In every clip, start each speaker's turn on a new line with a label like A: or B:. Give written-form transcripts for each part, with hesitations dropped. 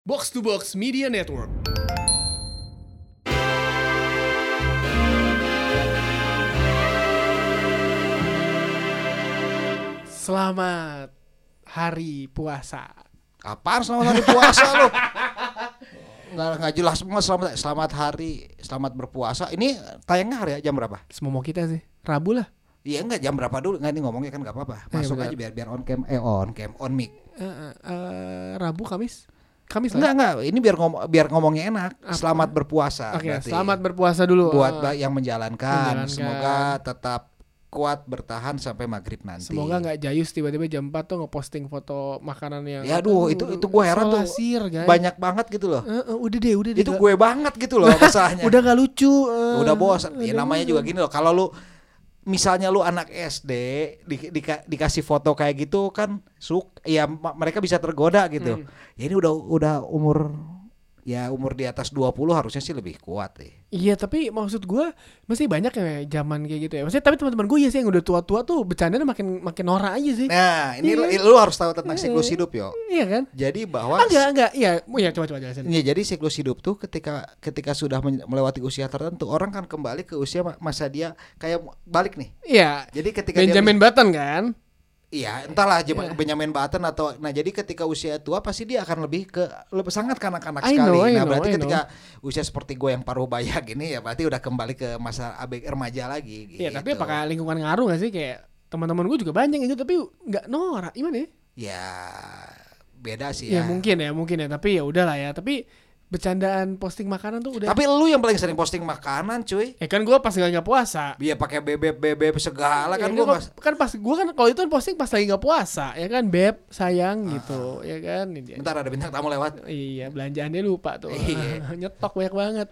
A: Box to Box Media Network. Selamat hari puasa.
B: Apaan selamat hari puasa lu? Nggak jelas semua selamat hari, selamat berpuasa. Ini tayangnya hari jam berapa?
A: Semua mau kita sih, Rabu lah.
B: Iya enggak jam berapa dulu? Enggak, ini ngomongnya kan enggak apa-apa. Masuk aja biar on cam on mic.
A: Rabu, Kamis lah.
B: Enggak. Ini biar ngomongnya enak.
A: Apa?
B: Selamat berpuasa.
A: Oke,
B: berarti.
A: selamat berpuasa dulu.
B: Buat yang menjalankan.
A: Menjalankan.
B: Semoga tetap kuat bertahan sampai maghrib nanti.
A: Semoga nggak jayus tiba-tiba jam 4 tuh ngeposting foto makanan yang.
B: Ya aduh, itu gue heran tuh.
A: Guys.
B: Banyak banget gitu loh.
A: Udah deh.
B: Itu gue banget gitu loh masalahnya.
A: Udah gak lucu.
B: Udah bosan. Ya namanya juga gini loh. Kalau lu misalnya lu anak SD dikasih foto kayak gitu kan ya mereka bisa tergoda gitu. Ya ini udah umur di atas 20 harusnya sih lebih kuat deh.
A: Iya, tapi maksud gue masih banyak ya zaman kayak gitu ya. Maksudnya tapi teman-teman gue ya sih yang udah tua-tua tuh bercandanya makin norak aja sih.
B: Nah, ini lu harus tahu tentang siklus hidup yo.
A: Iya kan?
B: Jadi bahwa
A: enggak. Iya, coba jelasin.
B: Ya, jadi siklus hidup tuh ketika sudah melewati usia tertentu, orang kan kembali ke usia masa dia kayak balik nih.
A: Iya.
B: Jadi ketika
A: Benjamin Button kan?
B: Iya, entahlah Benjamin Button atau jadi ketika usia tua pasti dia akan lebih sangat kanak-kanak sekali. Berarti ketika usia seperti gue yang paruh baya gini ya berarti udah kembali ke masa remaja lagi gitu.
A: Iya, tapi apakah lingkungan ngaruh gak sih kayak teman-teman gue juga banyak itu tapi nggak norak gimana ya?
B: Ya beda sih
A: ya.
B: Ya
A: mungkin ya, tapi ya udahlah ya. Tapi bercandaan posting makanan tuh udah.
B: Tapi lu yang paling sering posting makanan, cuy.
A: Kan gue pas nggak puasa.
B: Iya pakai bebek segala kan gue
A: kan pas gue kan kalau itu kan posting pas lagi nggak puasa ya kan beb sayang gitu ya kan.
B: Bentar ada bintang tamu lewat.
A: Iya belanjaannya lupa tuh. Nyetok banyak banget.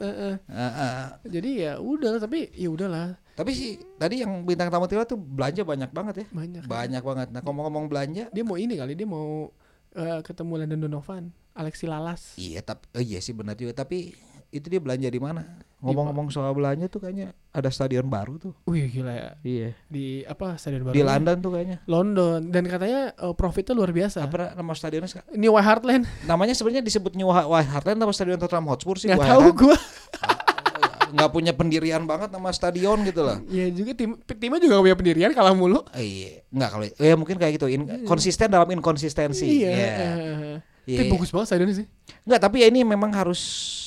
A: Jadi ya udah tapi ya udahlah.
B: Tapi sih tadi yang bintang tamu tiba tuh belanja banyak banget ya. Banyak banget. Nah ngomong-ngomong belanja,
A: dia mau ketemu Landon Donovan, Alexi Lalas.
B: Iya, iya sih benar juga. Tapi itu dia belanja di mana? Ngomong-ngomong soal belanja tuh kayaknya ada stadion baru tuh.
A: Wih gila ya.
B: Iya.
A: Di stadion baru?
B: Di London tuh kayaknya.
A: London dan katanya profitnya luar biasa.
B: Apa nama stadionnya?
A: New White Hart Lane.
B: Namanya sebenarnya disebut New White Hart Lane atau Stadion Tottenham Hotspur sih?
A: Nggak tahu gue.
B: Nggak punya pendirian banget nama stadion gitu loh.
A: Iya juga timnya juga gak punya pendirian kalah mulu.
B: Iya, nggak kalau ya mungkin kayak gitu. Konsisten dalam inkonsistensi.
A: Iya. Tapi bagus banget stadionnya sih.
B: Nggak, tapi ya ini memang harus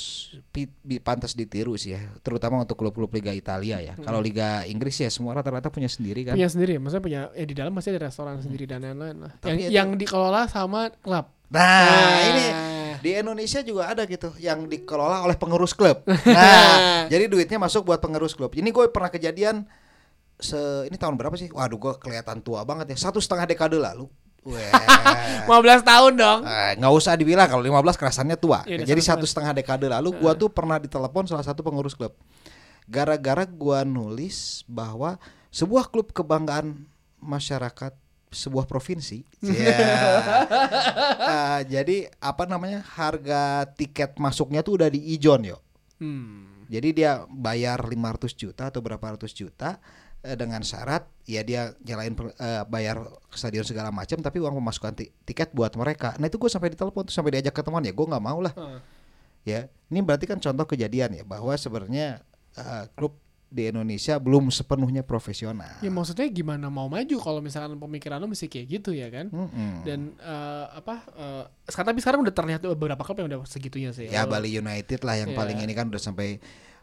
B: pantas ditiru sih ya, terutama untuk klub-klub Liga Italia ya. Kalau Liga Inggris ya semua rata-rata punya sendiri kan.
A: Punya sendiri, maksudnya punya di dalam masih ada restoran sendiri dan lain-lain lah. Yang dikelola sama klub.
B: Nah, ini di Indonesia juga ada gitu yang dikelola oleh pengurus klub. Nah, jadi duitnya masuk buat pengurus klub. Ini gue pernah kejadian ini tahun berapa sih? Waduh, gue kelihatan tua banget ya. 1,5 dekade lalu.
A: 15 tahun dong.
B: Nggak usah dibilang kalau 15 kerasannya tua. Ya, jadi 1,5 dekade lalu gue tuh pernah ditelepon salah satu pengurus klub. Gara-gara gue nulis bahwa sebuah klub kebanggaan masyarakat sebuah provinsi. Jadi harga tiket masuknya tuh udah di ijon yo. Jadi dia bayar 500 juta atau berapa ratus juta dengan syarat ya dia nyalain bayar ke stadion segala macam tapi uang pemasukan tiket buat mereka. Nah itu gue sampai ditelepon tuh sampai diajak ketemuan ya gue nggak mau lah. Ya ini berarti kan contoh kejadian ya bahwa sebenarnya klub di Indonesia belum sepenuhnya profesional.
A: Ya maksudnya gimana mau maju kalau misalkan pemikiran lo mesti kayak gitu ya kan? Dan tapi sekarang udah terlihat beberapa klub yang udah segitunya sih.
B: Ya Bali United lah yang paling ini kan udah sampai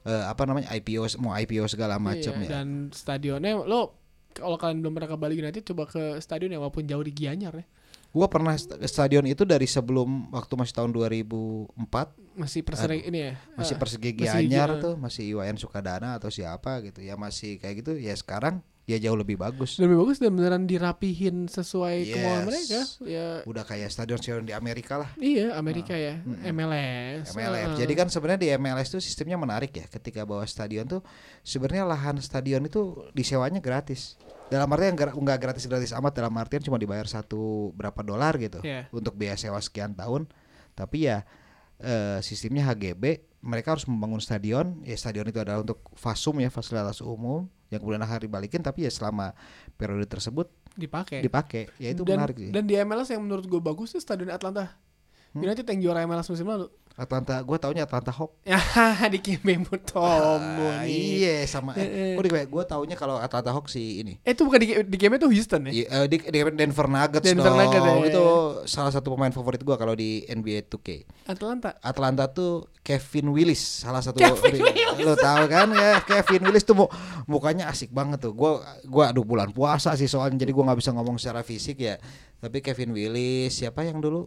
B: IPO segala macam ya.
A: Dan stadionnya lo kalau kalian belum pernah ke Bali United coba ke stadion yang walaupun jauh di Gianyar ya.
B: Gua pernah ke stadion itu dari sebelum waktu masih tahun 2004
A: masih persegi ini ya.
B: Masih Persegi Gianyar tuh, masih Iwayan Sukadana atau siapa gitu ya, masih kayak gitu ya. Sekarang ya jauh lebih bagus.
A: Lebih bagus dan beneran dirapihin sesuai kemauan mereka. Ya.
B: Udah kayak stadion di Amerika lah.
A: Iya, Amerika ya. MLS.
B: Jadi kan sebenarnya di MLS tuh sistemnya menarik ya. Ketika bawa stadion tuh sebenarnya lahan stadion itu disewanya gratis. Dalam artian nggak gratis amat, dalam artian cuma dibayar berapa dolar gitu untuk biaya sewa sekian tahun. Tapi ya sistemnya HGB, mereka harus membangun stadion. Ya stadion itu adalah untuk FASUM ya, fasilitas umum yang kemudian akan dibalikin, tapi ya selama periode tersebut dipakai. Ya itu menarik sih.
A: Dan di MLS yang menurut gue bagus tuh stadion Atlanta. United yang juara MLS musim lalu.
B: Atlanta, gue taunya Atlanta Hawks.
A: Ya di Kim Mutombo nih.
B: Iya sama. Gue taunya kalau Atlanta Hawks si ini.
A: Itu bukan di game itu Houston ya?
B: Di Denver Nuggets
A: Denver
B: dong.
A: Nuggets, ya.
B: Itu salah satu pemain favorit gue kalau di NBA 2K. Atlanta tuh Kevin Willis, salah satu. Lo tahu kan ya, Kevin Willis tuh mukanya asik banget tuh. Gue aduh bulan puasa sih soalnya, jadi gue nggak bisa ngomong secara fisik ya. Tapi Kevin Willis, siapa yang dulu?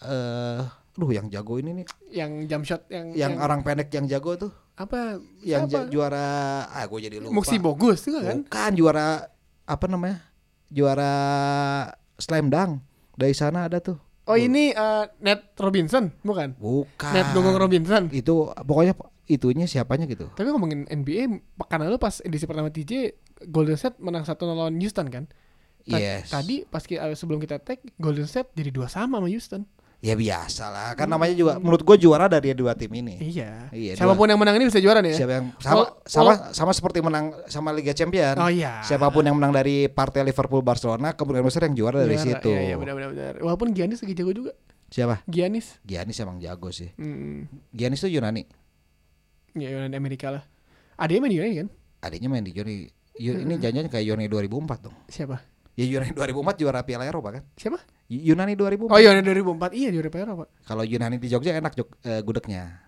B: Yang jago ini nih.
A: Yang jump shot
B: yang orang pendek yang jago tuh.
A: Apa?
B: Yang juara gue jadi lupa.
A: Muksi Bogus juga kan?
B: Bukan, juara apa namanya? Juara slam dunk. Dari sana ada tuh.
A: Oh, ini Nate Robinson, bukan?
B: Bukan.
A: Nate Gonggong Robinson.
B: Itu pokoknya itunya siapanya gitu.
A: Tapi ngomongin NBA, pekan lalu pas edisi pertama TJ, Golden State menang 1-0 lawan Houston kan?
B: Yes.
A: Tadi pas sebelum kita tag, Golden State jadi 2-2 sama Houston.
B: Ya biasa lah, kan namanya juga menurut gue juara dari dua tim ini.
A: Iya. Siapapun yang menang ini bisa juara nih ya.
B: Siapa yang sama seperti menang sama Liga Champions.
A: Oh iya.
B: Siapapun yang menang dari partai Liverpool Barcelona, kemungkinan besar yang juara dari situ.
A: Iya benar. Walaupun Giannis lagi jago juga.
B: Siapa?
A: Giannis
B: emang jago sih. Giannis tuh Yunani.
A: Ya Yunani Amerika lah. Adanya main di Yunani kan?
B: Adanya main di Yunani. Ini janjian kayak Yunani 2004 dong.
A: Siapa?
B: Ya Yunani 2004 juara Piala Eropa kan?
A: Siapa?
B: Yunani 2004.
A: Oh Yunani 2004, iya juara Piala Eropa.
B: Kalau Yunani di Jogja enak gudegnya.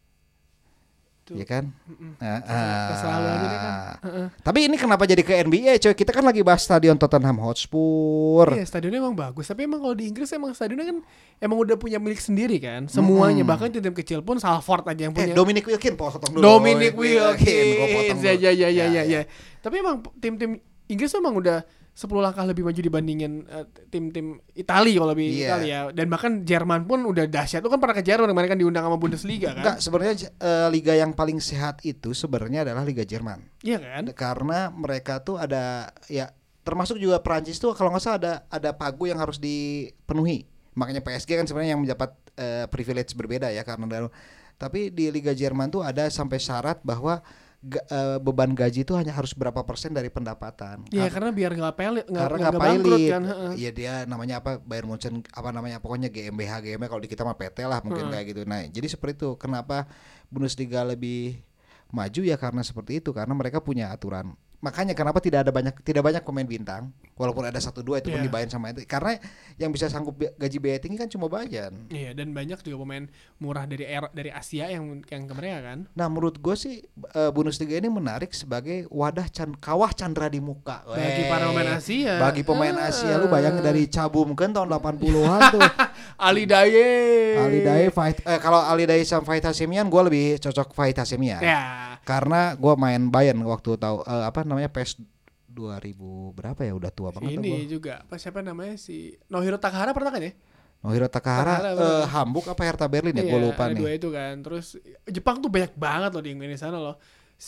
B: Iya kan?
A: Selalu aja deh kan.
B: Tapi ini kenapa jadi ke NBA coy? Kita kan lagi bahas stadion Tottenham Hotspur.
A: Iya, stadionnya emang bagus. Tapi emang kalau di Inggris emang stadionnya kan emang udah punya milik sendiri kan. Semuanya bahkan tim kecil pun Salford aja yang punya.
B: Dominic Wilkins potong dulu.
A: Dominic Wilkins. Ya. Tapi emang tim-tim Inggris emang udah 10 langkah lebih maju dibandingin tim-tim Italia kalau lebih Italia. Dan bahkan Jerman pun udah dahsyat. Itu kan pernah ke Jerman kemarin kan diundang sama Bundesliga kan.
B: Enggak, sebenarnya liga yang paling sehat itu sebenarnya adalah Liga Jerman.
A: Iya kan?
B: Karena mereka tuh ada ya termasuk juga Prancis tuh kalau nggak salah ada pagu yang harus dipenuhi. Makanya PSG kan sebenarnya yang mendapat privilege berbeda ya karena tapi di Liga Jerman tuh ada sampai syarat bahwa beban gaji itu hanya harus berapa persen dari pendapatan.
A: Iya, karena biar nggak
B: bangkrut
A: kan.
B: Iya, dia namanya apa, Bayern Munchen apa namanya, pokoknya GmbH kalau di kita mah PT lah mungkin kayak gitu. Nah, jadi seperti itu. Kenapa Bundesliga lebih maju ya karena seperti itu, karena mereka punya aturan. Makanya kenapa tidak banyak pemain bintang, walaupun ada 1-2 itu pun dibayar sama itu. Karena yang bisa sanggup gaji biaya tinggi kan cuma Bayern.
A: Iya, dan banyak juga pemain murah dari Asia yang ke mereka kan.
B: Nah, menurut gue sih Bundesliga ini menarik sebagai wadah kawah candra di muka
A: bagi para pemain Asia.
B: Bagi pemain Asia, lu bayangin dari Cabum kan tahun 80-an tuh.
A: Ali Daye
B: kalau Ali Daye sama Fahid Hassemian gue lebih cocok Fahid Hassemian.
A: Ya.
B: Karena gue main Bayern waktu tahu namanya PES 2000 berapa ya, udah tua banget.
A: Ini juga siapa namanya si Nohiro Takahara pernah kan ya?
B: Nohiro Takahara Hamburg apa Hertha Berlin ya, gue lupa nih.
A: Dua itu kan. Terus Jepang tuh banyak banget loh di sana loh.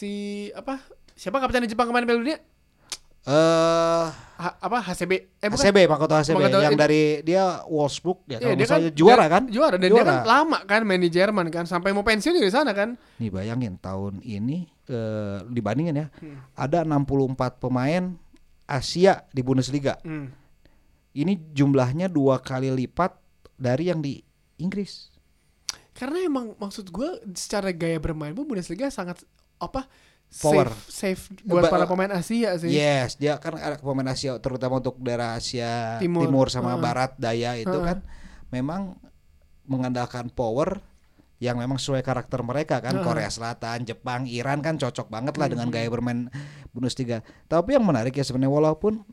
A: Siapa kapten Jepang kemarin Piala Dunia?
B: HCB Makoto HCB yang dari dia Wolfsburg ya, kalau misalnya kan, juara kan?
A: Juara dan dia kan lama kan main di Jerman kan, sampai mau pensiun juga di sana kan.
B: Nih bayangin tahun ini dibandingin ya, ada 64 pemain Asia di Bundesliga. Ini jumlahnya 2 kali lipat dari yang di Inggris.
A: Karena emang maksud gue secara gaya bermain pun Bundesliga sangat safe buat para pemain Asia sih.
B: Yes, dia kan ada pemain Asia terutama untuk daerah Asia Timur sama Barat Daya itu kan memang mengandalkan power yang memang sesuai karakter mereka kan. Korea Selatan, Jepang, Iran kan cocok banget lah dengan gaya bermain Bundesliga. Tapi yang menarik ya sebenarnya walaupun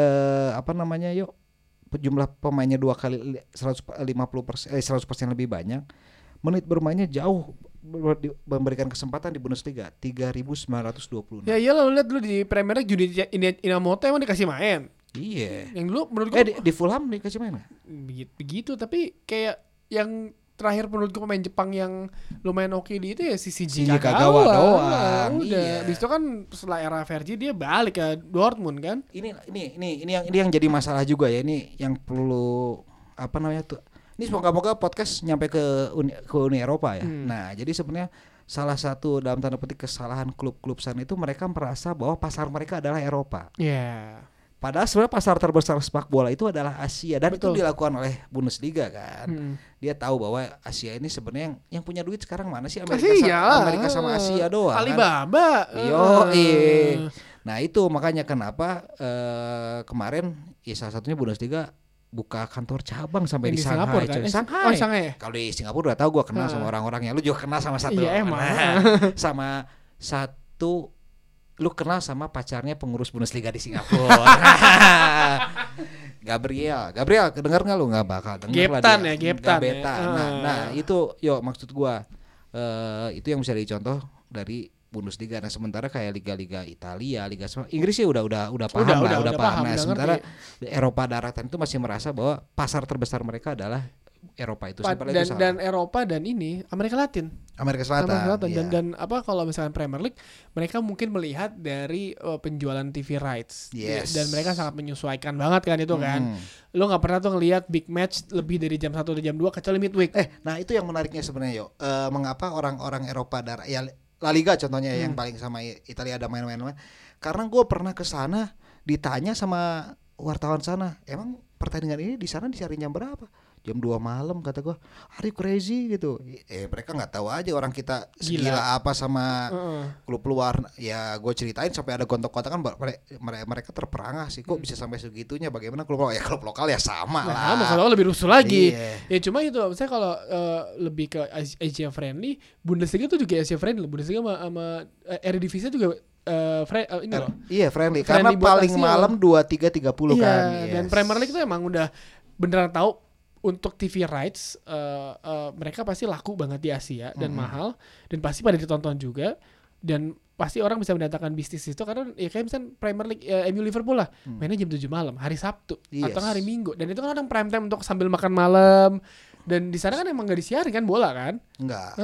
B: jumlah pemainnya 2 kali 100% lebih banyak, menit bermainnya jauh memberikan kesempatan di Bundesliga 3.926.
A: Ya iyalah, lu lihat dulu di Premier League Juni Inamoto emang dikasih main.
B: Iya.
A: Yang dulu menurut gua
B: di Fulham dikasih main.
A: Begitu, tapi kayak yang terakhir menurut gua pemain Jepang yang lumayan oke di itu ya si Shinji Kagawa doang. Udah. Habis itu kan setelah era Fergie dia balik ke Dortmund kan.
B: Ini yang jadi masalah juga ya, ini yang perlu ini semoga podcast nyampe ke Uni Eropa ya. Nah, jadi sebenarnya salah satu dalam tanda petik kesalahan klub-klub sana itu mereka merasa bahwa pasar mereka adalah Eropa.
A: Iya.
B: Padahal sebenarnya pasar terbesar sepak bola itu adalah Asia dan
A: Betul.
B: itu dilakukan oleh Bundesliga kan. Dia tahu bahwa Asia ini sebenarnya yang punya duit sekarang mana sih Amerika sama Asia doang.
A: Alibaba.
B: Kan? Nah itu makanya kenapa kemarin ya salah satunya Bundesliga buka kantor cabang sampai di Shanghai.
A: Kan?
B: Shanghai. Kalau di Singapura udah tahu gue kenal sama orang-orangnya. Lu juga kenal sama satu.
A: Iya emang.
B: Sama satu. Lu kenal sama pacarnya pengurus Bundesliga di Singapura. Gabriel kedenger nggak lu? Nggak bakal denger lah dia.
A: Geptan.
B: Nah itu maksud gua itu yang bisa dicontoh dari Bundesliga. Nah sementara kayak liga-liga Italia, Liga Inggris sih udah paham. Nah sementara Eropa daratan itu masih merasa bahwa pasar terbesar mereka adalah Eropa itu.
A: Dan Eropa dan ini Amerika Selatan.
B: Iya.
A: Dan apa kalau misalkan Premier League mereka mungkin melihat dari penjualan TV rights.
B: Yes.
A: Dan mereka sangat menyesuaikan banget kan itu kan. Lo nggak pernah tuh ngelihat big match lebih dari jam 1 atau jam 2 kecuali midweek.
B: Nah itu yang menariknya sebenarnya mengapa orang-orang Eropa ya La Liga contohnya yang paling sama Italia ada main-main. Karena gue pernah ke sana ditanya sama wartawan sana, emang pertandingan ini di sana disiarin jam berapa? Jam 2 malam kata gue. Are you crazy gitu. Mereka nggak tahu aja orang kita segila apa sama klub luar. Ya gue ceritain sampai ada gontok-gontokan mereka terperangah sih kok bisa sampai segitunya. Bagaimana klub lokal? Ya klub lokal ya sama lah.
A: Kalau lebih rusuh lagi. Ya cuma itu saya kalau lebih ke Asia friendly, Bundesliga tuh juga Asia friendly. Bundesliga sama Eredivisie juga
B: friendly karena paling malam 23.30 kan.
A: Dan Premier League tuh emang udah beneran tahu untuk TV rights mereka pasti laku banget di Asia dan mahal dan pasti pada ditonton juga dan pasti orang bisa mendatangkan bisnis itu karena ya kayak misalnya Premier League MU Liverpool lah mainnya jam 7 malam hari Sabtu atau hari Minggu dan itu kan orang prime time untuk sambil makan malam dan di sana kan emang nggak disiarin kan bola kan
B: enggak.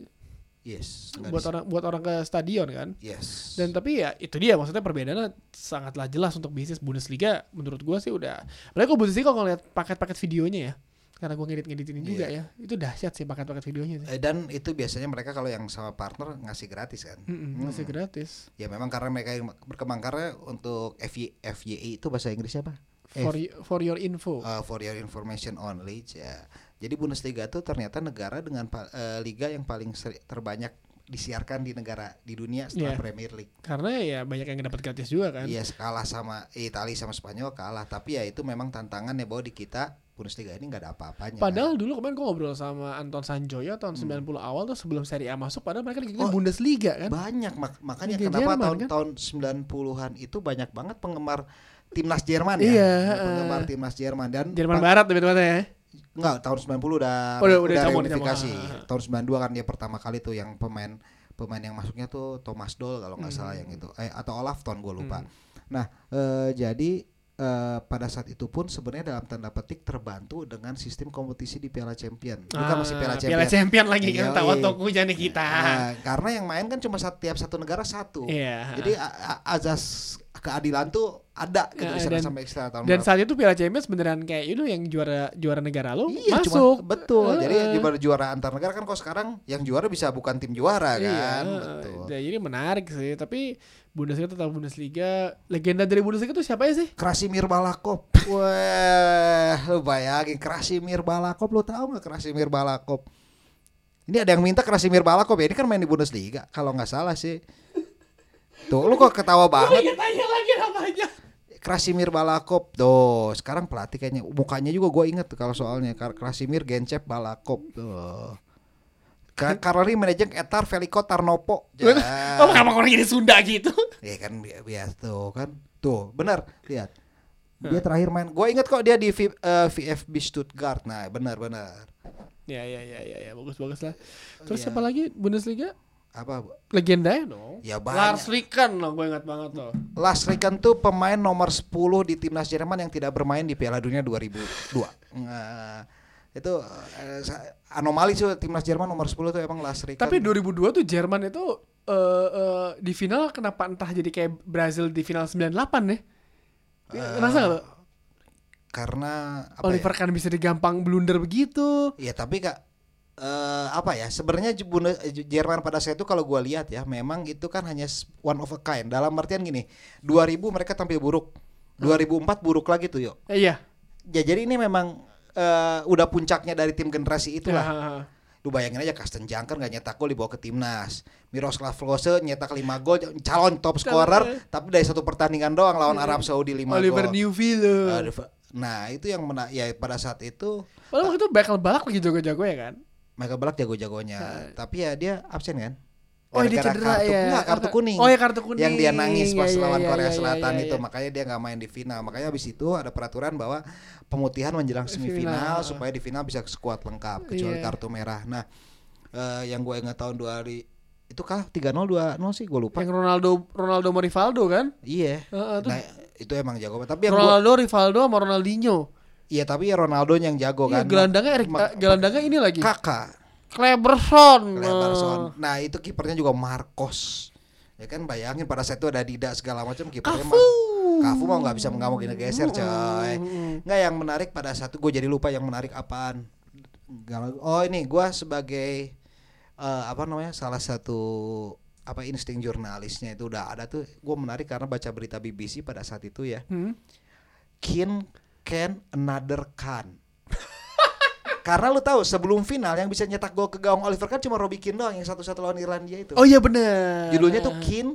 A: Yes. Buat orang ke stadion kan.
B: Yes.
A: Dan tapi ya itu dia maksudnya perbedaannya sangatlah jelas untuk bisnis Bundesliga menurut gua sih udah. Apalagi kalau Bundesliga kalau ngeliat paket-paket videonya ya. Karena gua ngedit-ngeditin juga ya. Itu dahsyat sih paket-paket videonya sih.
B: Dan itu biasanya mereka kalau yang sama partner ngasih gratis kan.
A: Ngasih gratis.
B: Ya memang karena mereka yang berkembang karena untuk FYI itu bahasa Inggrisnya apa?
A: For your info.
B: For your information only ya. Jadi Bundesliga itu ternyata negara dengan liga yang paling terbanyak disiarkan di negara di dunia setelah Premier League.
A: Karena ya banyak yang dapat gratis juga kan.
B: Iya, kalah sama Italia sama Spanyol kalah, tapi ya itu memang tantangan ya bahwa di kita Bundesliga ini nggak ada apa-apanya.
A: Padahal dulu kemarin gue ngobrol sama Anton Sanjoyo tahun 90 awal tuh sebelum Serie A masuk padahal mereka liganya Bundesliga kan.
B: Banyak makanya Liga kenapa tahun 90-an itu banyak banget penggemar timnas Jerman ya. Penggemar timnas Jerman dan
A: Jerman Barat lebih tepatnya ya.
B: Enggak, tahun 90 udah reunifikasi. Tahun 92 kan dia pertama kali tuh yang pemain yang masuknya tuh Thomas Doll kalau nggak salah yang itu atau Olafton gue lupa. Nah, jadi pada saat itu pun sebenarnya dalam tanda petik terbantu dengan sistem kompetisi di Piala Champion. Bukan masih Piala Champion.
A: Piala Champion lagi kan tahu tokunya nih kita.
B: Karena yang main kan cuma tiap satu negara satu. Jadi azas keadilan tuh ada gitu di sampai setelah tahun
A: dan saat itu Piala Champions beneran kayak itu yang juara negara lo
B: Cuma,
A: masuk.
B: betul. Jadi juara antar negara kan kok sekarang yang juara bisa bukan tim juara kan. Betul.
A: Jadi menarik sih, tapi Bundesliga tetap Bundesliga. Legenda dari Bundesliga itu siapa ya sih?
B: Krasimir Balakov. Wah, lu bayangin Krasimir Balakov, lu tahu enggak Krasimir Balakov? Ini ada yang minta Krasimir Balakov ya, ini kan main di Bundesliga kalau nggak salah sih. Tuh, lu kok ketawa banget?
A: Tanya lagi namanya.
B: Krasimir Balakov. Tuh, sekarang pelatih kayaknya mukanya juga gue inget kalau soalnya Krasimir Gencep Balakov. Tuh. Karena manajer Etar Veliko Tarnopo.
A: Oh, kenapa orang jadi Sunda gitu?
B: Ya kan biasa tuh kan. Tuh, benar. Lihat. Dia terakhir main. Gue inget kok dia di VfB Stuttgart. Nah, benar.
A: Ya, bagus lah. Terus siapa lagi Bundesliga?
B: Apa
A: legenda ya dong?
B: Ya banyak.
A: Lars Ricken loh, gue ingat banget loh.
B: Lars Ricken tuh pemain nomor 10 di timnas Jerman yang tidak bermain di Piala Dunia 2002. Nah, itu anomali sih timnas Jerman nomor 10 tuh emang Lars Ricken.
A: Tapi 2002 tuh Jerman itu di final kenapa entah jadi kayak Brazil di final 98 ya? Ngerasa gak lo?
B: Karena
A: Oliver Kahn bisa digampang blunder begitu.
B: Iya tapi Kak sebenarnya Jerman pada saat itu kalau gue lihat ya memang itu kan hanya one of a kind dalam artian gini 2000 mereka tampil buruk 2004 buruk lagi tuh, yuk.
A: Iya.
B: Ya, jadi ini memang udah puncaknya dari tim generasi itulah. Lu bayangin aja Karsten Janker gak nyetak gol dibawa ke timnas. Miroslav Klose nyetak 5 gol, calon top scorer, tapi dari satu pertandingan doang lawan Arab Saudi 5 gol.
A: Oliver Neuville.
B: Nah, itu yang ya pada saat itu.
A: Padahal waktu itu Michael Ballack lagi jago-jago ya kan?
B: Michael Ballack jago-jagonya, tapi ya dia absen kan?
A: Oh, dia cedera ya.
B: Kartu kuning.
A: Oh ya, kartu kuning.
B: Yang dia nangis pas lawan Korea Selatan itu, makanya dia nggak main di final. Makanya habis itu ada peraturan bahwa pemutihan menjelang semifinal supaya di final bisa skuad lengkap kecuali kartu merah. Nah, yang gue ingat tahun 2000 itu kalah 3-0 2-0 sih, gue lupa.
A: Yang Ronaldo sama Rivaldo kan?
B: Iya. Nah, itu emang jago. Tapi yang
A: Rivaldo sama Ronaldinho.
B: Iya, tapi ya Ronaldo yang jago kan.
A: Gelandangnya ini lagi.
B: Kakak.
A: Kleberson.
B: Nah, itu kipernya juga Marcos. Ya kan, bayangin pada saat itu ada Dida segala macam, kipernya Cafu mau nggak bisa gini geser coy. Nggak, yang menarik pada satu gue jadi lupa yang menarik apaan. Oh, ini gue sebagai salah satu insting jurnalisnya itu udah ada tuh. Gue menarik karena baca berita BBC pada saat itu ya. Kin can another can. Karena lu tahu sebelum final yang bisa nyetak gol ke gawang Oliver Kahn cuma Robbie Keane doang, yang satu-satu lawan Irlandia itu.
A: Oh iya benar.
B: Judulnya tuh Keane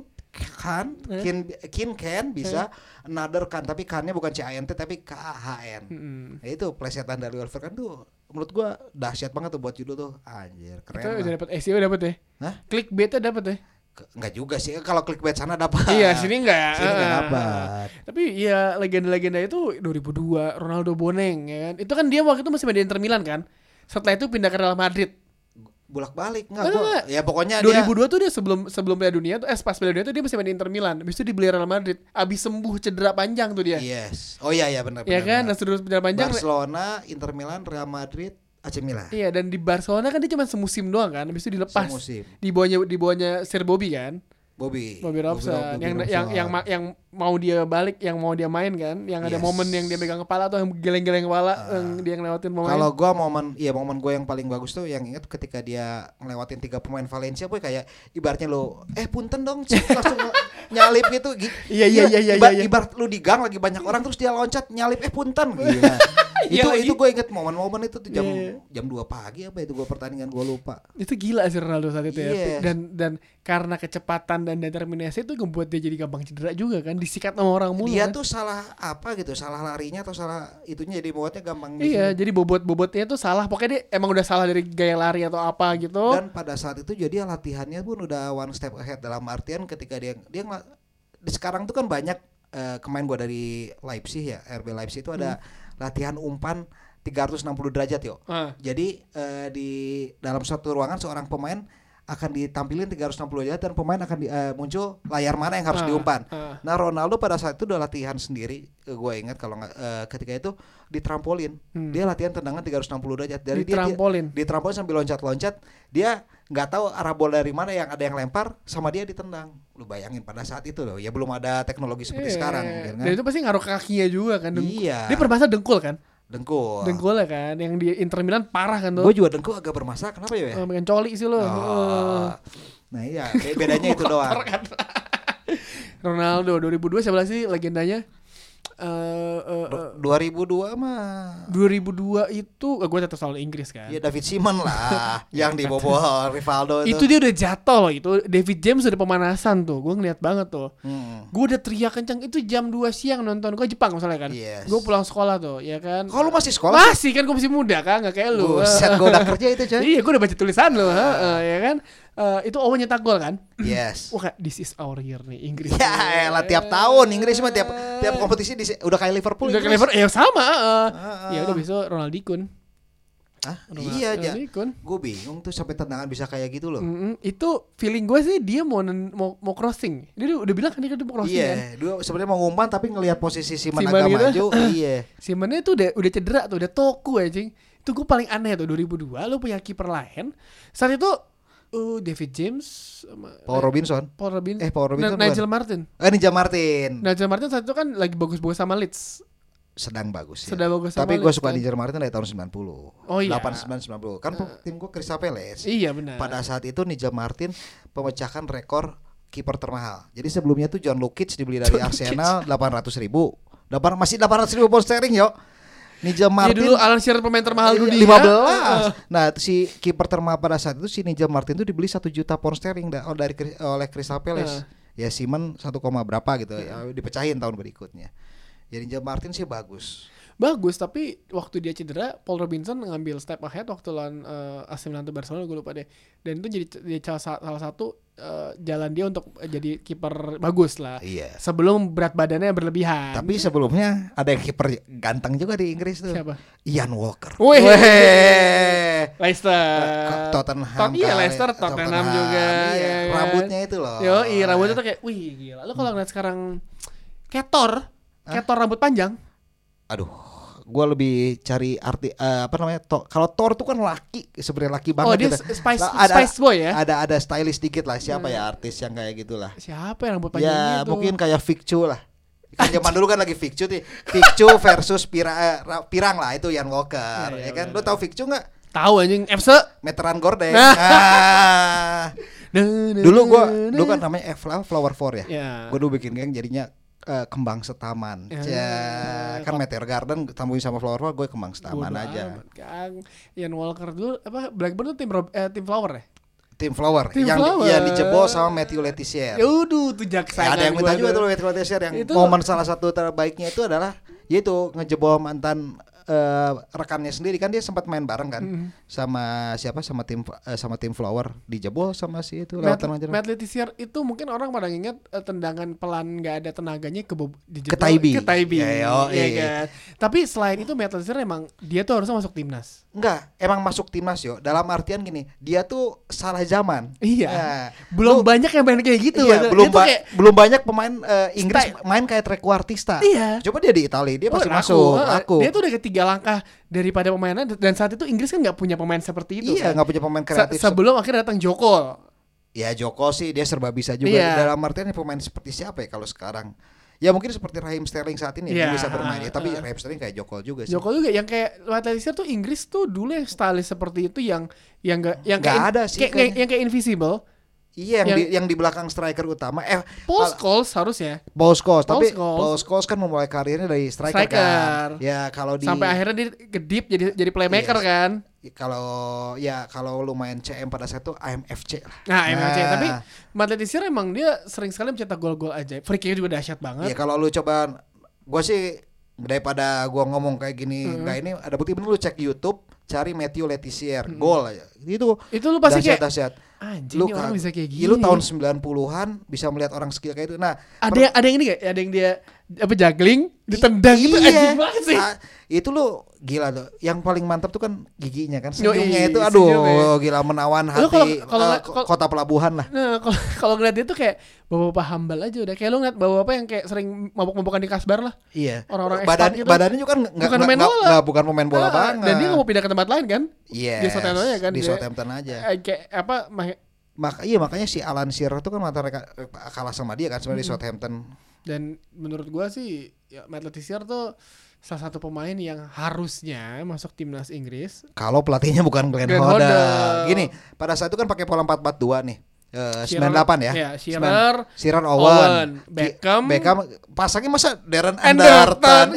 B: can bisa another Kahn, tapi Kahn-nya bukan CANT tapi KHN. Nah, itu plesetan dari Oliver Kahn tuh menurut gua dahsyat banget tuh buat judul tuh. Anjir, keren. Itu
A: udah dapat SEO dapat ya?
B: Hah?
A: Clickbait-nya dapat ya?
B: Enggak juga sih, kalau clickbait sana dapat.
A: Iya, sini enggak.
B: Sini enggak dapat.
A: Tapi ya legenda-legenda itu 2002 Ronaldo Boneng ya kan. Itu kan dia waktu itu masih main di Inter Milan kan. Setelah itu pindah ke Real Madrid.
B: Bolak-balik enggak. Ya pokoknya
A: 2002 tuh dia sebelum Piala Dunia tuh pas Piala Dunia tuh dia masih main di Inter Milan. Habis itu dibeli Real Madrid. Abis sembuh cedera panjang tuh dia.
B: Yes. Oh iya benar.
A: Ya kan, dan terus cedera panjang.
B: Barcelona, Inter Milan, Real Madrid, AC Milan.
A: Iya, dan di Barcelona kan dia cuma semusim doang kan. Habis itu dilepas. Di bawahnya Sir Bobby kan. Bobby Robson yang mau dia balik, yang mau dia main kan, yang ada momen yang dia megang kepala atau yang geleng-geleng kepala, yang dia ngelewatin pemain.
B: Kalau gua momen gue yang paling bagus tuh yang inget ketika dia ngelewatin 3 pemain Valencia, boy, kayak ibaratnya lo punten dong, langsung nyalip gitu.
A: Iya.
B: Ibarat lu di gang lagi banyak orang terus dia loncat nyalip punten. Gila. itu gue inget momen itu tuh jam 2 pagi apa itu gue pertandingan gue lupa.
A: Itu gila sih Ronaldo saat itu ya. Dan karena kecepatan dan determinasi itu membuat dia jadi gampang cedera juga kan, disikat sama orang mulu.
B: Dia
A: kan
B: tuh salah apa gitu, salah larinya atau salah itunya jadi buatnya gampang.
A: Iya, jadi bobotnya tuh salah. Pokoknya dia emang udah salah dari gaya lari atau apa gitu.
B: Dan pada saat itu jadi latihannya pun udah one step ahead, dalam artian ketika dia sekarang tuh kan banyak kemarin gua dari Leipzig ya, RB Leipzig itu ada latihan umpan 360 derajat yo. Jadi di dalam suatu ruangan seorang pemain akan ditampilin 360 derajat dan pemain akan muncul layar mana yang harus diumpan. Nah, Ronaldo pada saat itu udah latihan sendiri. Gue ingat kalau ketika itu di trampolin. Dia latihan tendangan 360 derajat. Dari dia di trampolin sambil loncat-loncat, dia nggak tahu arah bola dari mana, yang ada yang lempar sama dia ditendang. Lu bayangin pada saat itu loh. Ya belum ada teknologi seperti sekarang kan?
A: Dan itu pasti ngaruh ke kakinya juga kan.
B: Iya.
A: Dia permasalahan dengkul kan?
B: Dengkul
A: ya kan, yang di Inter Milan parah kan tuh.
B: Gue juga dengkul agak bermasalah, kenapa ya?
A: Pengen coli sih lo.
B: Nah iya, bedanya itu doang.
A: Kan? Ronaldo 2002 siapa sih legendanya?
B: 2002 mah
A: 2002 itu gue tetap soal Inggris kan.
B: Ya David Seaman lah yang dibobol Rivaldo itu.
A: Itu dia udah jatuh loh itu. David James udah pemanasan tuh. Gue ngeliat banget tuh. Gue udah teriak kencang itu jam 2 siang nonton. Gue Jepang misalnya kan. Gue pulang sekolah tuh, ya kan.
B: Kalau lu masih sekolah?
A: Masih kan, gue masih muda kan, nggak kayak lu.
B: Buset, gue udah kerja itu coy.
A: Iya, gue udah baca tulisan lo, ya kan. Itu Owen nyetak gol kan?
B: Yes.
A: Wah, this is our year nih Inggris.
B: Ya elah, tiap tahun Inggris mah tiap kompetisi udah kayak Liverpool.
A: Udah kayak Liverpool, ya sama. Ya udah besok Ronaldinho.
B: Iya aja. Gue bingung tuh sampai tendangan bisa kayak gitu loh.
A: Itu feeling gue sih dia mau crossing. Dia udah bilang kan dia mau crossing kan.
B: Iya, dia sebenarnya mau ngumpan tapi ngelihat posisi Seaman agak maju. Iya.
A: Seamannya tuh udah cedera tuh, udah toku anjing. Itu gue paling aneh tuh 2002 lu punya kiper lain. Saat itu David James sama
B: Paul Robinson.
A: Nigel Martin. Nigel Martin saat itu kan lagi bagus-bagus sama Leeds.
B: Sedang bagus ya.
A: Tapi
B: gue suka Nigel Martin dari tahun 90.
A: Oh iya.
B: 89 90. Kan tim gue Crystal Palace.
A: Iya benar.
B: Pada saat itu Nigel Martin memecahkan rekor kiper termahal. Jadi sebelumnya tuh John Lukic dibeli dari Arsenal 800.000. Masih 800.000 pound sterling yo. Nigel Martin.
A: Dulu Alan Shearer pemain termahal dunia.
B: 15. Nah, si kiper termahal pada saat itu si Nigel Martin itu dibeli 1 juta pound sterling oleh Crystal Palace. Ya Simon 1, berapa gitu ya, dipecahin tahun berikutnya. Jadi Nigel Martin sih bagus,
A: tapi waktu dia cedera Paul Robinson ngambil step ahead waktu lawan AC Milan atau Barcelona gue lupa deh, dan itu jadi salah satu jalan dia untuk jadi kiper bagus lah.
B: Iya.
A: Sebelum berat badannya berlebihan.
B: Tapi sebelumnya ada yang kiper ganteng juga di Inggris tuh.
A: Siapa?
B: Ian Walker.
A: Leicester.
B: Tottenham.
A: Iya, Leicester, Tottenham juga.
B: Iya,
A: ya,
B: rambutnya itu loh.
A: Rambutnya tuh kayak wih gila. Lu kalau ngeliat sekarang Ketor rambut panjang.
B: Aduh, gue lebih cari arti kalau Thor tuh kan sebenarnya laki banget.
A: Oh, dia
B: gitu.
A: Spice Boy ya.
B: Ada stylish dikit lah. Siapa ya artis yang kayak gitulah?
A: Siapa yang rambut panjang
B: ya,
A: itu?
B: mungkin kayak Viccu lah. Kan zaman dulu kan lagi Viccu versus Pirang lah, itu Ian Walker. Ya kan? Lu tahu Viccu enggak?
A: Tahu anjing, FC
B: Meteran Gordon. Dulu kan namanya Flower 4 ya. Gue dulu bikin geng jadinya Kembang Setaman. Kan Meteor Garden tambahin sama Flower 4, gue Kembang Setaman aja.
A: Kang Ian Walker dulu Blackburn tuh tim Flower ya?
B: Tim Flower yang dijebol sama Matthew Letizia.
A: Yaudah tuh jaksa.
B: Ada yang minta juga tuh Matthew Letizia yang itu, momen salah satu terbaiknya itu adalah yaitu ngejebol mantan rekannya sendiri, kan dia sempat main bareng kan sama tim Flower, dijebol sama si itu lewat tangan.
A: Matt Letizia itu mungkin orang pada ingat tendangan pelan nggak ada tenaganya ke
B: Taibi.
A: Iya kan. Tapi selain itu Matt Letizia emang dia tuh harusnya masuk timnas.
B: Enggak, emang masuk timnas yo. Dalam artian gini, dia tuh salah zaman.
A: Iya. Nah, belum banyak yang main kayak gitu.
B: Iya, belum banyak pemain Inggris main kayak trequartista.
A: Iya.
B: Coba dia di Italia, dia pasti masuk.
A: Dia tuh udah ketiga langkah daripada pemainnya, dan saat itu Inggris kan nggak punya pemain seperti itu.
B: Iya, nggak punya pemain kreatif.
A: Sebelum akhirnya datang Joko.
B: Ya Joko sih dia serba bisa juga. Dalam artian pemain seperti siapa ya kalau sekarang? Ya mungkin seperti Raheem Sterling saat ini yang bisa bermain ya, tapi Raheem Sterling kayak Joko juga sih.
A: Joko juga yang kayak Matt Letizia tuh Inggris tuh dulu yang stylish seperti itu yang
B: ada sih
A: yang kayak invisible.
B: Iya, yang di belakang striker utama.
A: Paul Scholes harusnya.
B: Paul Scholes kan memulai karirnya dari striker. Kan. Ya kalau
A: sampai akhirnya dia kedip jadi playmaker kan.
B: Kalau lu main CM pada saat itu AMFC lah.
A: AMFC. Tapi Matt Letizia emang dia sering sekali mencetak gol-gol aja. Free kick juga dahsyat banget.
B: Ya kalau lu coba, gua sih daripada gua ngomong kayak gini, ini ada bukti, bener lu cek YouTube, cari Matthew Letizia gol aja. Itu
A: lu pasti
B: dahsyat.
A: Anjing, lu orang bisa kayak gini.
B: Lu tahun 90-an bisa melihat orang skill kayak itu. Nah,
A: ada yang ini gak? Ada yang dia juggling, ditendang gitu, anjing banget sih.
B: Itu lu gila tuh. Yang paling mantap tuh kan giginya kan. Senyumnya itu aduh gila, menawan hati kota pelabuhan lah.
A: Nah, kalau ngeliat dia tuh kayak bapak-bapak humble aja udah. Kayak lu ngeliat bapak-bapak yang kayak sering mabok-mabokan di kasbar lah.
B: Iya.
A: Orang-orang ekspat gitu.
B: Badannya juga bukan pemain bola banget.
A: Dan dia gak mau pindah ke tempat lain kan?
B: Iya.
A: Di Southampton aja kan.
B: Di Southampton aja.
A: Kayak apa?
B: Makanya si Alan Shearer tuh kan kalah sama dia kan sebenarnya di Southampton. Dan
A: menurut gua sih Matt Letizia tuh salah satu pemain yang harusnya masuk timnas Inggris.
B: Kalau pelatihnya bukan Glenn Hoddle. Gini, pada saat itu kan pakai pola 4-4-2 nih. 98 ya. Shearer, Owen, Beckham. Pasangnya masa Darren Anderton.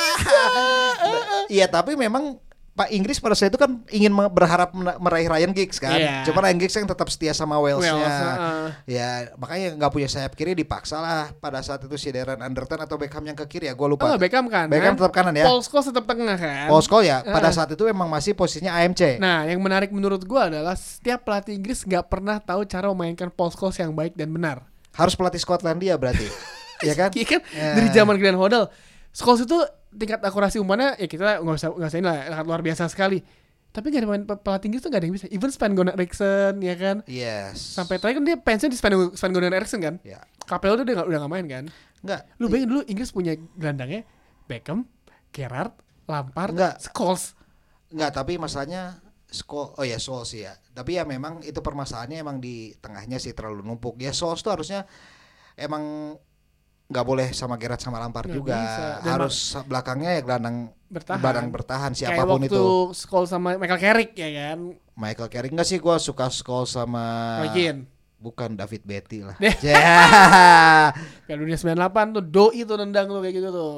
B: Iya, tapi memang Pak Inggris pada saat itu kan ingin berharap meraih Ryan Giggs kan. Cuma Ryan Giggs yang tetap setia sama Walesnya. Ya makanya nggak punya sayap kiri, dipaksa lah pada saat itu si Darren Anderton atau Beckham yang ke kiri ya, gue lupa.
A: Beckham kan.
B: Beckham tetap kanan ya.
A: Paul Scholes tetap tengah kan.
B: Paul Scholes ya. Pada saat itu memang masih posisinya AMC.
A: Nah yang menarik menurut gue adalah setiap pelatih Inggris nggak pernah tahu cara memainkan Paul Scholes yang baik dan benar.
B: Harus pelatih Skotlandia berarti. Ya kan?
A: Iya kan. Dari zaman Glenn Hoddle, Scholes itu tingkat akurasi umpannya ya kita nggak usah ini lah, luar biasa sekali. Tapi gak ada main pelatih Inggris tuh gak ada yang bisa. Even Sven-Göran Eriksson ya kan.
B: Yes.
A: Sampai terakhir kan dia pensiun di Sven-Göran Eriksson kan.
B: Yeah.
A: Kapel tuh udah gak main kan.
B: Enggak.
A: Lu bayangin dulu Inggris punya gelandangnya Beckham, Gerrard, Lampard, Scholes.
B: Enggak, tapi masalahnya Scholes sih ya. Tapi ya memang itu permasalahannya emang di tengahnya sih terlalu numpuk. Ya Scholes tuh harusnya emang nggak boleh sama Gerrard sama Lampard juga. Harus belakangnya ya gelandang bertahan siapapun itu. Kayak waktu
A: Scholes sama Michael Carrick ya kan.
B: Michael Carrick enggak sih, gue suka Scholes sama
A: Roy Keane.
B: Bukan David Betty lah.
A: Piala Dunia 98 tuh doi tuh nendang tuh kayak gitu tuh.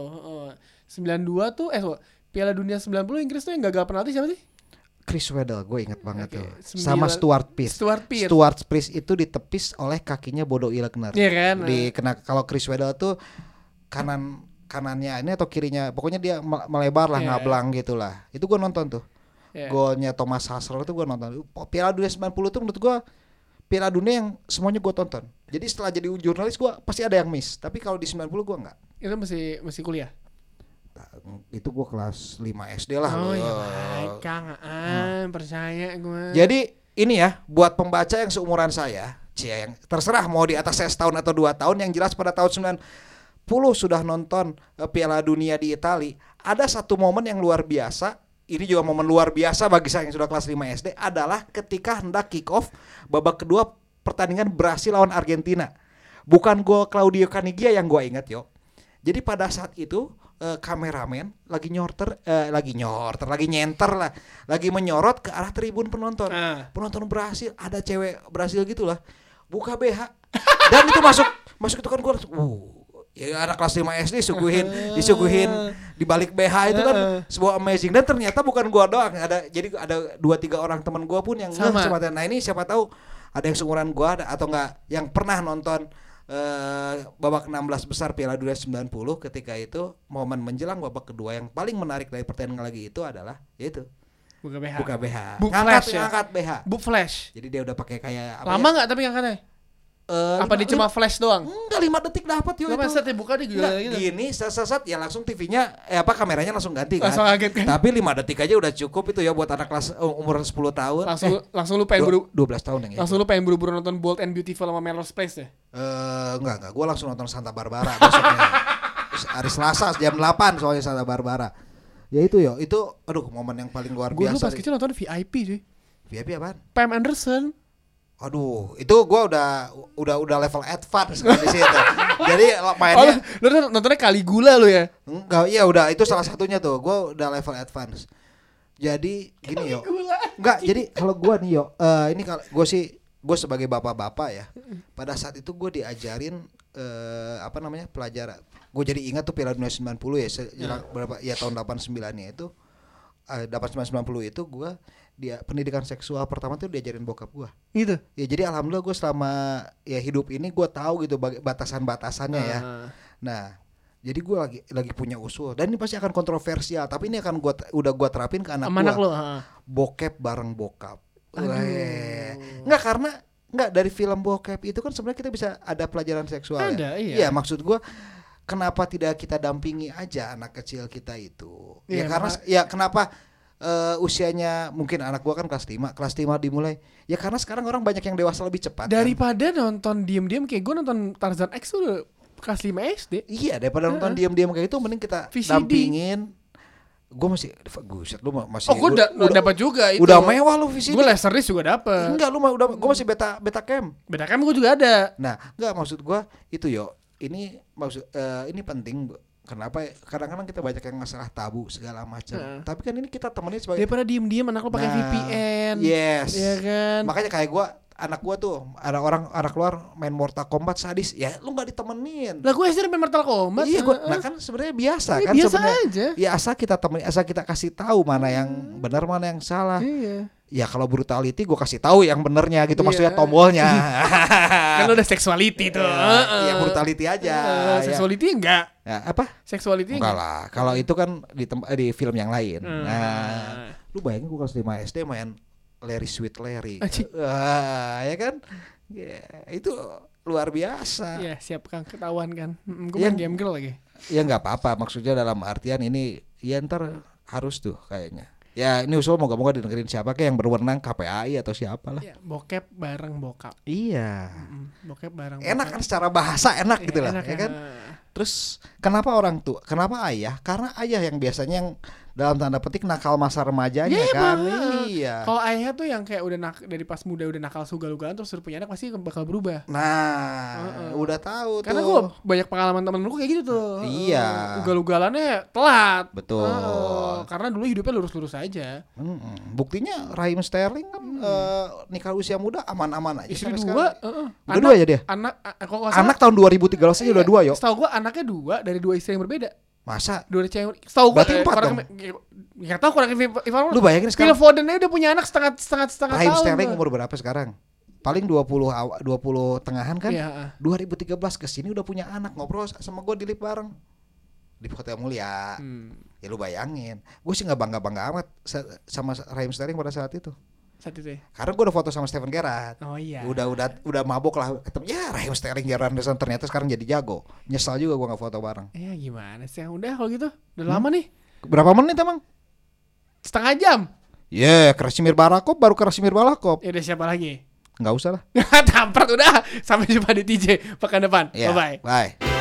A: 92 tuh Piala Dunia 90 Inggris tuh yang gagal penalti siapa sih?
B: Chris Waddle, gue inget banget tuh. Sama Stuart Pearce.
A: Stuart
B: Pearce itu ditepis oleh kakinya Bodo Illgner.
A: Iya kan?
B: Kalau Chris Waddle tuh kanannya ini atau kirinya, pokoknya dia melebar lah, ngablang gitulah. Itu gue nonton tuh. Golnya Thomas Hassler tuh gue nonton. Piala Dunia 90 tuh menurut gue Piala Dunia yang semuanya gue tonton. Jadi setelah jadi jurnalis gue pasti ada yang miss. Tapi kalau di 90 gue enggak.
A: Itu masih kuliah?
B: Itu gue kelas 5 SD lah.
A: Oh iya Kang, percaya gue.
B: Jadi ini ya, buat pembaca yang seumuran saya, yang terserah mau di atas saya setahun atau 2 tahun, yang jelas pada tahun 90 sudah nonton Piala Dunia di Italia. Ada satu momen yang luar biasa. Ini juga momen luar biasa bagi saya yang sudah kelas 5 SD, adalah ketika hendak kick off babak kedua pertandingan Brasil lawan Argentina. Bukan gol Claudio Caniggia yang gue ingat yo. Jadi pada saat itu kameramen lagi nyenter lah, lagi menyorot ke arah tribun penonton. Penonton Brasil, ada cewek Brasil gitulah, buka BH. Dan itu masuk itu kan gue ya anak kelas 5 SD disuguhin di balik BH itu kan sebuah amazing. Dan ternyata bukan gua doang, ada 2-3 orang teman gua pun yang semacam. Nah ini siapa tahu ada yang seumuran gua atau enggak yang pernah nonton babak 16 besar Piala Dunia 90. Ketika itu momen menjelang babak kedua yang paling menarik dari pertandingan lagi itu adalah yaitu buka BH. Ngangkat BH.
A: Book flash.
B: Jadi dia udah pakai kayak
A: lama enggak tapi ngangkatnya? Apa dia cuma flash doang?
B: Enggak, 5 detik dapat yuk itu.
A: Set buka dia gitu.
B: Gini, set ya langsung TV-nya kameranya langsung ganti kan.
A: Langsung kaget kan.
B: Tapi 5 detik aja udah cukup itu ya buat anak kelas umur 10 tahun.
A: Langsung lu pengen
B: 12 tahun yang
A: langsung lu pengen buru-buru nonton Bold and Beautiful sama Melrose Place ya?
B: Enggak, gua langsung nonton Santa Barbara besoknya. Hari Selasa jam 8 soalnya Santa Barbara. Ya itu yo, itu aduh momen yang paling luar biasa.
A: Gua pas kecil nonton VIP cuy.
B: VIP apaan?
A: Pam Anderson.
B: Aduh, itu gua udah level advance kan di situ. Jadi mainnya
A: lu nontonnya Caligula lu ya?
B: Enggak, iya udah itu salah satunya tuh. Gua udah level advance. Jadi gini yo. Enggak, jadi kalau gua nih yo, ini kalau gua sebagai bapak-bapak ya. Pada saat itu gua diajarin pelajaran. Gua jadi ingat tuh Piala Dunia 90 ya, berapa ya tahun 89-nya itu 89-90 itu gua pendidikan seksual pertama tuh diajarin bokap gua.
A: Gitu.
B: Ya jadi alhamdulillah gua selama ya hidup ini gua tahu gitu batasan-batasannya ya. Nah, jadi gua lagi punya usul dan ini pasti akan kontroversial, tapi ini akan gua terapin ke anak gua. Bokep bareng bokap. Enggak dari film bokep itu kan sebenarnya kita bisa ada pelajaran seksual.
A: Ada,
B: ya. Iya, maksud gua kenapa tidak kita dampingi aja anak kecil kita itu? Ya karena kenapa usianya mungkin anak gua kan kelas 5 dimulai. Ya karena sekarang orang banyak yang dewasa lebih cepat.
A: Daripada nonton diam-diam kayak gua nonton Tarzan X tuh kelas 5 SD.
B: Iya, daripada nonton diam-diam kayak itu mending kita dampingin. Gua masih lu masih.
A: Oh, gua udah dapat juga itu.
B: Udah mewah lu VCD.
A: Gua Laserdisc juga dapat.
B: Enggak, gua masih Betacam.
A: Betacam gua juga ada.
B: Nah, enggak maksud gua itu yo. Ini penting. Kenapa? Kadang-kadang kita banyak yang masalah tabu segala macam. Tapi kan ini kita temenin sebagai
A: daripada diem-diem anak lo pakai VPN.
B: Yes.
A: Iya kan.
B: Makanya kayak anak gua tuh ada anak luar main Mortal Kombat sadis. Ya lu enggak ditemenin.
A: Lah gua SD main Mortal Kombat.
B: Iya nah kan sebenarnya biasa kan
A: biasa aja.
B: Ya asal kita temenin, asal kita kasih tahu mana yang benar mana yang salah.
A: Iya.
B: Ya kalau brutality gue kasih tahu yang benernya gitu, maksudnya tombolnya.
A: Kan udah sexuality tuh.
B: Ya brutality aja.
A: Sexuality enggak?
B: Ya, apa?
A: Sexuality
B: enggak lah. Kalau itu kan di film yang lain. Nah, lu bayangin gue kelas 5 SD main Larry Sweet Larry. Ya kan? Ya, itu luar biasa.
A: Ya siap kan ketahuan kan. Gue main game girl lagi.
B: Ya nggak apa-apa, maksudnya dalam artian ini ya ntar harus tuh kayaknya. Ya ini usul moga-moga didengerin siapa kayak yang berwenang, KPAI atau siapa lah.
A: Ya, bokep bareng bokap.
B: Iya.
A: Bokep bareng
B: enak
A: bokap.
B: Kan secara bahasa enak gitu lah,
A: enak,
B: ya kan. Terus kenapa ayah? Karena ayah yang biasanya yang dalam tanda petik nakal masa remajanya kan. Iya.
A: Kalau ayahnya tuh yang kayak udah dari pas muda udah nakal sugal-ugalan terus suruh punya anak pasti bakal berubah.
B: Nah, udah tahu
A: karena
B: tuh.
A: Karena gue banyak pengalaman temen-temenku kayak gitu tuh.
B: Iya.
A: Ugal-ugalannya telat.
B: Betul.
A: Karena dulu hidupnya lurus-lurus aja.
B: Buktinya Raheem Sterling kan nikah usia muda aman-aman aja.
A: Istri 2.
B: Udah 2 ya dia?
A: Anak
B: tahun 2013 aja udah 2 yo.
A: Setahu gue anaknya 2 dari 2 istri yang berbeda.
B: Masa?
A: 2 cewek. Setahu gue
B: berarti 4 dong.
A: Enggak tahu kurang informasi.
B: Lu bayangin sekarang.
A: Phil Foden aja udah punya anak setengah tahun.
B: Raheem Sterling umur berapa sekarang? Paling 20 tengahan kan?
A: Iya.
B: 2013 ke sini udah punya anak, ngobrol sama gue di lift bareng. Di Hotel Mulia. Ya lu bayangin. Gue sih enggak bangga-bangga amat sama Raheem Sterling pada saat itu.
A: Ya?
B: Karena gue udah foto sama Steven Gerrard.
A: Oh iya.
B: Udah mabok lah ketemu ya Raheem Sterling, Gerrard Anderson ternyata sekarang jadi jago. Nyesal juga gue nggak foto bareng.
A: Ya gimana sih? Udah kalau gitu. Udah lama nih.
B: Berapa menit emang?
A: Setengah jam.
B: Krasimir Balakov baru Krasimir Balakov.
A: Ya udah siapa lagi?
B: Nggak usah lah.
A: Tamprat udah. Sampai jumpa di TJ pekan depan.
B: Bye.